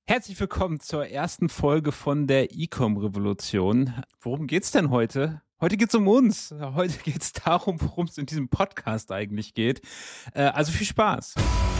Herzlich willkommen zur ersten Folge von der E-Com-Revolution. Worum geht's denn heute? Heute geht's um uns. Heute geht's darum, worum es in diesem Podcast eigentlich geht. Also viel Spaß.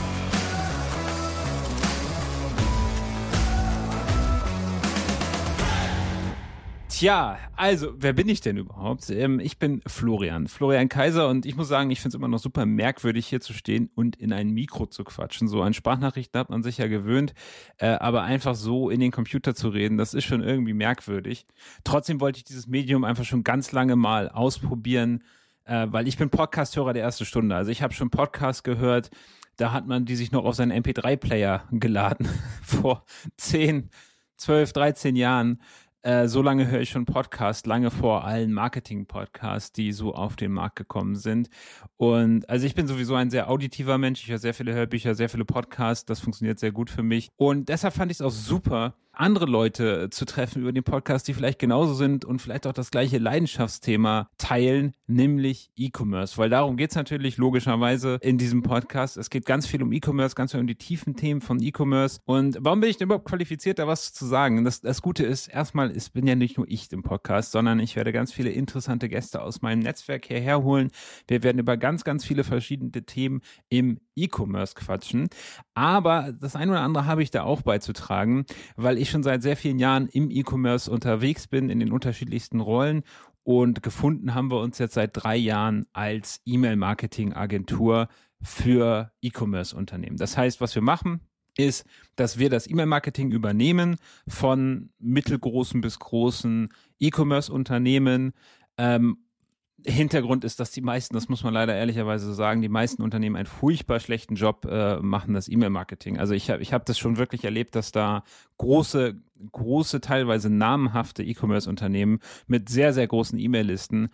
Tja, also, wer bin ich denn überhaupt? Ich bin Florian Kaiser, und ich muss sagen, ich finde es immer noch super merkwürdig, hier zu stehen und in ein Mikro zu quatschen. So an Sprachnachrichten hat man sich ja gewöhnt, aber einfach so in den Computer zu reden, das ist schon irgendwie merkwürdig. Trotzdem wollte ich dieses Medium einfach schon ganz lange mal ausprobieren, weil ich bin Podcast-Hörer der ersten Stunde. Also ich habe schon Podcasts gehört, da hat man die sich noch auf seinen MP3-Player geladen, vor 10, 12, 13 Jahren. So lange höre ich schon Podcasts, lange vor allen Marketing-Podcasts, die so auf den Markt gekommen sind. Und also ich bin sowieso ein sehr auditiver Mensch. Ich höre sehr viele Hörbücher, sehr viele Podcasts. Das funktioniert sehr gut für mich. Und deshalb fand ich es auch super, andere Leute zu treffen über den Podcast, die vielleicht genauso sind und vielleicht auch das gleiche Leidenschaftsthema teilen, nämlich E-Commerce. Weil darum geht es natürlich logischerweise in diesem Podcast. Es geht ganz viel um E-Commerce, ganz viel um die tiefen Themen von E-Commerce. Und warum bin ich denn überhaupt qualifiziert, da was zu sagen? Das Gute ist, erstmal, es bin ja nicht nur ich im Podcast, sondern ich werde ganz viele interessante Gäste aus meinem Netzwerk hierher holen. Wir werden über ganz, ganz viele verschiedene Themen im E-Commerce quatschen. Aber das eine oder andere habe ich da auch beizutragen, weil ich schon seit sehr vielen Jahren im E-Commerce unterwegs bin, in den unterschiedlichsten Rollen, und gefunden haben wir uns jetzt seit 3 Jahren als E-Mail-Marketing-Agentur für E-Commerce-Unternehmen. Das heißt, was wir machen, ist, dass wir das E-Mail-Marketing übernehmen von mittelgroßen bis großen E-Commerce-Unternehmen. Hintergrund ist, dass die meisten, das muss man leider ehrlicherweise sagen, die meisten Unternehmen einen furchtbar schlechten Job machen, das E-Mail-Marketing. Also ich hab das schon wirklich erlebt, dass da große, teilweise namhafte E-Commerce-Unternehmen mit sehr, sehr großen E-Mail-Listen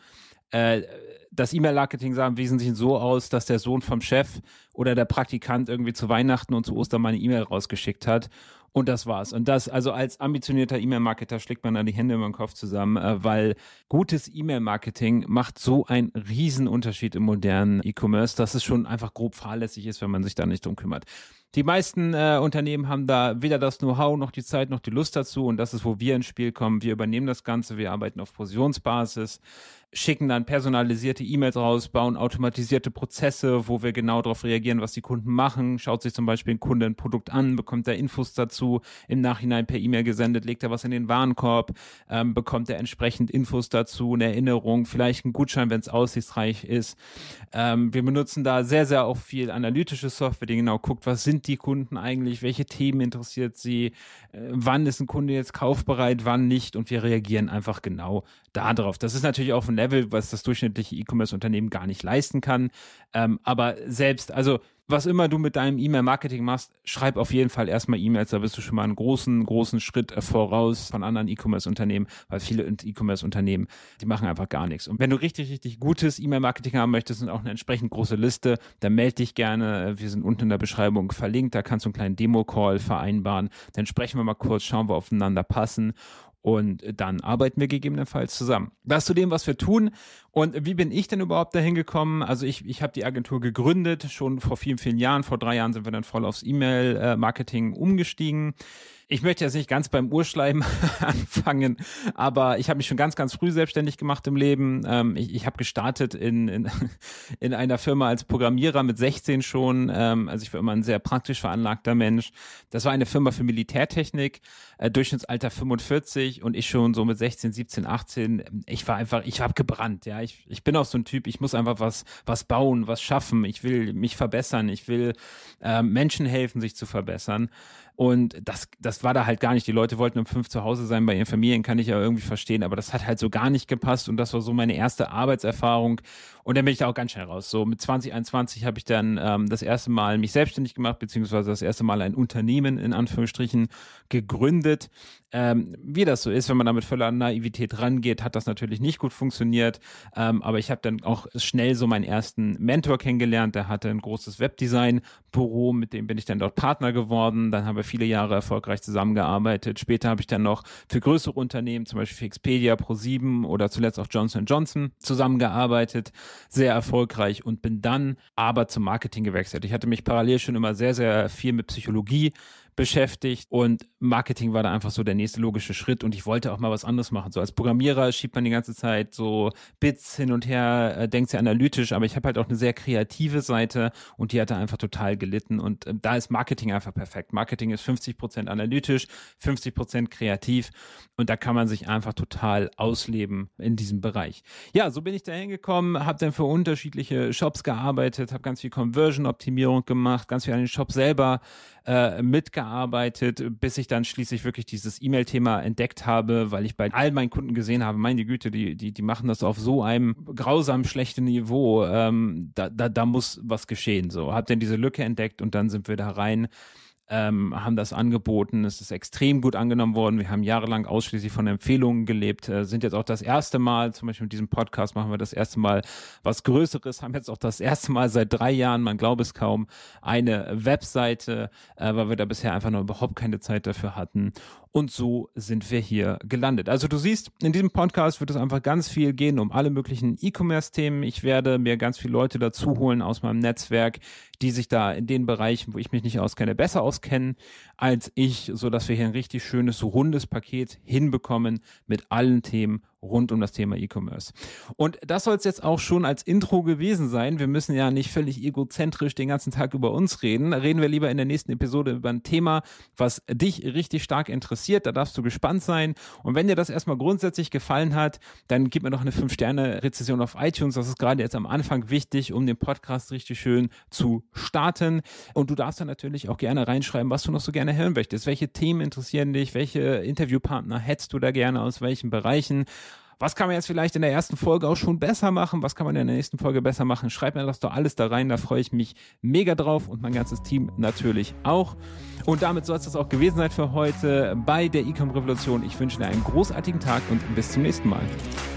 das E-Mail-Marketing sah im Wesentlichen so aus, dass der Sohn vom Chef oder der Praktikant irgendwie zu Weihnachten und zu Ostern mal eine E-Mail rausgeschickt hat. Und das war's. Und das, also als ambitionierter E-Mail-Marketer schlägt man da die Hände über den Kopf zusammen, weil gutes E-Mail-Marketing macht so einen riesen Unterschied im modernen E-Commerce, dass es schon einfach grob fahrlässig ist, wenn man sich da nicht drum kümmert. Die meisten Unternehmen haben da weder das Know-how noch die Zeit noch die Lust dazu, und das ist, wo wir ins Spiel kommen. Wir übernehmen das Ganze, wir arbeiten auf Provisionsbasis, schicken dann personalisierte E-Mails raus, bauen automatisierte Prozesse, wo wir genau darauf reagieren, was die Kunden machen. Schaut sich zum Beispiel ein Kunde ein Produkt an, bekommt er Infos dazu, im Nachhinein per E-Mail gesendet, legt er was in den Warenkorb, bekommt er entsprechend Infos dazu, eine Erinnerung, vielleicht einen Gutschein, wenn es aussichtsreich ist. Wir benutzen da sehr, sehr auch viel analytische Software, die genau guckt, was sind die Kunden eigentlich, welche Themen interessiert sie, wann ist ein Kunde jetzt kaufbereit, wann nicht, und wir reagieren einfach genau darauf. Das ist natürlich auch ein Level, was das durchschnittliche E-Commerce-Unternehmen gar nicht leisten kann, aber selbst, also was immer du mit deinem E-Mail-Marketing machst, schreib auf jeden Fall erstmal E-Mails, da bist du schon mal einen großen Schritt voraus von anderen E-Commerce-Unternehmen, weil viele E-Commerce-Unternehmen, die machen einfach gar nichts. Und wenn du richtig gutes E-Mail-Marketing haben möchtest und auch eine entsprechend große Liste, dann melde dich gerne. Wir sind unten in der Beschreibung verlinkt, da kannst du einen kleinen Demo-Call vereinbaren. Dann sprechen wir mal kurz, schauen wir aufeinander passen. Und dann arbeiten wir gegebenenfalls zusammen. Das zu dem, was wir tun. Und wie bin ich denn überhaupt dahin gekommen? Also ich habe die Agentur gegründet, schon vor vielen Jahren. Vor 3 Jahren sind wir dann voll aufs E-Mail-Marketing umgestiegen. Ich möchte jetzt nicht ganz beim Urschleim anfangen, aber ich habe mich schon ganz früh selbstständig gemacht im Leben. Ich habe gestartet in einer Firma als Programmierer mit 16 schon. Also ich war immer ein sehr praktisch veranlagter Mensch. Das war eine Firma für Militärtechnik, Durchschnittsalter 45, und ich schon so mit 16, 17, 18. Ich habe gebrannt. Ja, ich bin auch so ein Typ. Ich muss einfach was bauen, was schaffen. Ich will mich verbessern. Ich will Menschen helfen, sich zu verbessern. Und das war da halt gar nicht. Die Leute wollten um 5 zu Hause sein bei ihren Familien, kann ich ja irgendwie verstehen, aber das hat halt so gar nicht gepasst, und das war so meine erste Arbeitserfahrung. Und dann bin ich da auch ganz schnell raus. So mit 2021 habe ich dann das erste Mal mich selbstständig gemacht, beziehungsweise das erste Mal ein Unternehmen in Anführungsstrichen gegründet. Wie das so ist, wenn man da mit voller Naivität rangeht, hat das natürlich nicht gut funktioniert. Aber ich habe dann auch schnell so meinen ersten Mentor kennengelernt. Der hatte ein großes Webdesign-Büro, mit dem bin ich dann dort Partner geworden. Dann haben wir viele Jahre erfolgreich zusammengearbeitet. Später habe ich dann noch für größere Unternehmen, zum Beispiel für Expedia, ProSieben oder zuletzt auch Johnson & Johnson zusammengearbeitet. Sehr erfolgreich, und bin dann aber zum Marketing gewechselt. Ich hatte mich parallel schon immer sehr, sehr viel mit Psychologie beschäftigt und Marketing war da einfach so der nächste logische Schritt und ich wollte auch mal was anderes machen. So als Programmierer schiebt man die ganze Zeit so Bits hin und her, denkt sehr analytisch, aber ich habe halt auch eine sehr kreative Seite und die hatte einfach total gelitten und da ist Marketing einfach perfekt. Marketing ist 50% analytisch, 50% kreativ und da kann man sich einfach total ausleben in diesem Bereich. Ja, so bin ich da hingekommen, habe dann für unterschiedliche Shops gearbeitet, habe ganz viel Conversion-Optimierung gemacht, ganz viel an den Shop selber mitgearbeitet, bis ich dann schließlich wirklich dieses E-Mail-Thema entdeckt habe, weil ich bei all meinen Kunden gesehen habe, meine Güte, die machen das auf so einem grausam schlechten Niveau, da muss was geschehen. So, habe dann diese Lücke entdeckt und dann sind wir da rein. Haben das angeboten, es ist extrem gut angenommen worden, wir haben jahrelang ausschließlich von Empfehlungen gelebt, sind jetzt auch das erste Mal, zum Beispiel mit diesem Podcast machen wir das erste Mal was Größeres, haben jetzt auch das erste Mal seit 3 Jahren, man glaube es kaum, eine Webseite, weil wir da bisher einfach noch überhaupt keine Zeit dafür hatten. Und so sind wir hier gelandet. Also du siehst, in diesem Podcast wird es einfach ganz viel gehen um alle möglichen E-Commerce-Themen. Ich werde mir ganz viele Leute dazu holen aus meinem Netzwerk, die sich da in den Bereichen, wo ich mich nicht auskenne, besser auskennen als ich, sodass wir hier ein richtig schönes, rundes Paket hinbekommen mit allen Themen rund um das Thema E-Commerce. Und das soll es jetzt auch schon als Intro gewesen sein. Wir müssen ja nicht völlig egozentrisch den ganzen Tag über uns reden. Reden wir lieber in der nächsten Episode über ein Thema, was dich richtig stark interessiert. Da darfst du gespannt sein. Und wenn dir das erstmal grundsätzlich gefallen hat, dann gib mir noch eine 5-Sterne-Rezession auf iTunes. Das ist gerade jetzt am Anfang wichtig, um den Podcast richtig schön zu starten. Und du darfst dann natürlich auch gerne reinschreiben, was du noch so gerne hören möchtest. Welche Themen interessieren dich? Welche Interviewpartner hättest du da gerne aus welchen Bereichen? Was kann man jetzt vielleicht in der ersten Folge auch schon besser machen? Was kann man in der nächsten Folge besser machen? Schreib mir das doch alles da rein, da freue ich mich mega drauf und mein ganzes Team natürlich auch. Und damit soll es das auch gewesen sein für heute bei der E-Com-Revolution. Ich wünsche dir einen großartigen Tag und bis zum nächsten Mal.